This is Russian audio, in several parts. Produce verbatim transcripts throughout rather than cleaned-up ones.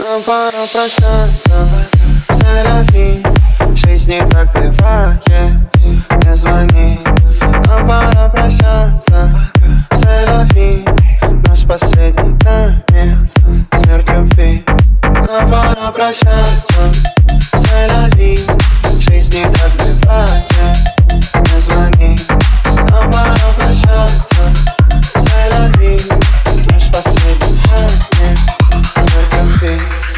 Нам пора прощаться, c'est la vie. Жизнь не так бывает, не звони. Нам пора прощаться, c'est la vie. Наш последний танец, смерть любви. Нам пора прощаться, c'est la vie. Жизнь не так бывает, не звони. Нам пора прощаться, c'est la vie. Наш последний танец, смерть любви.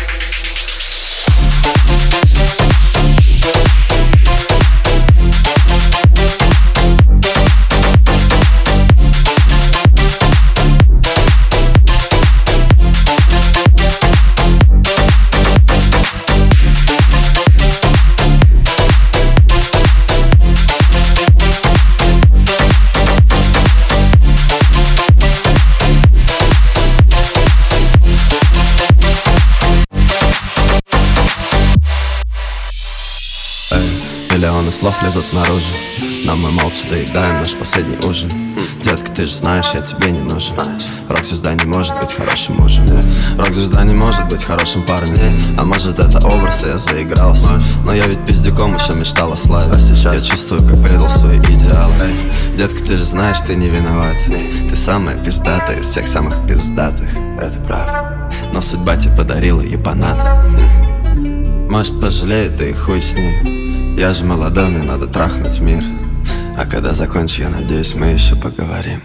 Миллионы слов лезут наружу, но мы молча доедаем наш последний ужин. Детка, ты же знаешь, я тебе не нужен. Рок-звезда не может быть хорошим мужем. Рок-звезда не может быть хорошим парнем. А может это образ, и я заигрался. Но я ведь пиздюком еще мечтал о славе. Я чувствую, как предал свои идеалы. Детка, ты же знаешь, ты не виноват. Ты самая пиздатая из всех самых пиздатых. Это правда. Но судьба тебе подарила ебанат. Может пожалеет, да и хуй с ней. Я же молодой, мне надо трахнуть мир. А когда закончу, я надеюсь, мы еще поговорим.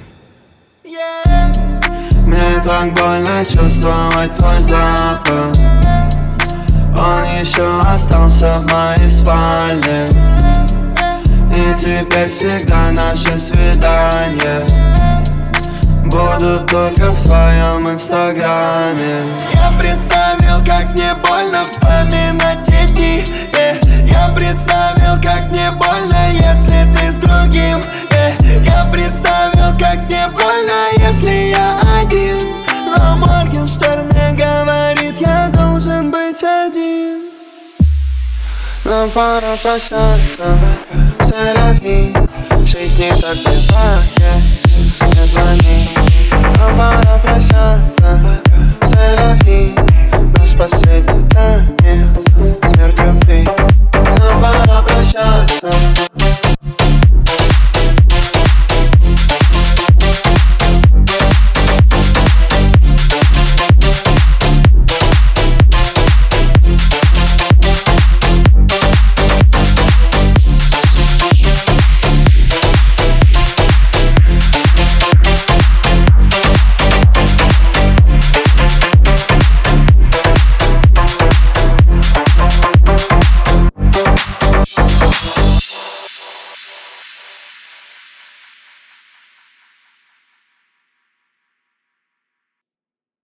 yeah. Мне так больно чувствовать твой запах. Он еще остался в моей спальне. И теперь всегда наши свидания будут только в твоем инстаграме. Я представил, как мне больно вспоминать те дни, yeah. Я представил, как мне больно, если ты с другим, yeah. Я представил, как мне больно, если я один. Но Моргенштерн мне говорит, я должен быть один. Нам пора прощаться, c'est la vie. Жизнь не так бывает, не звони. Нам пора прощаться, c'est la vie.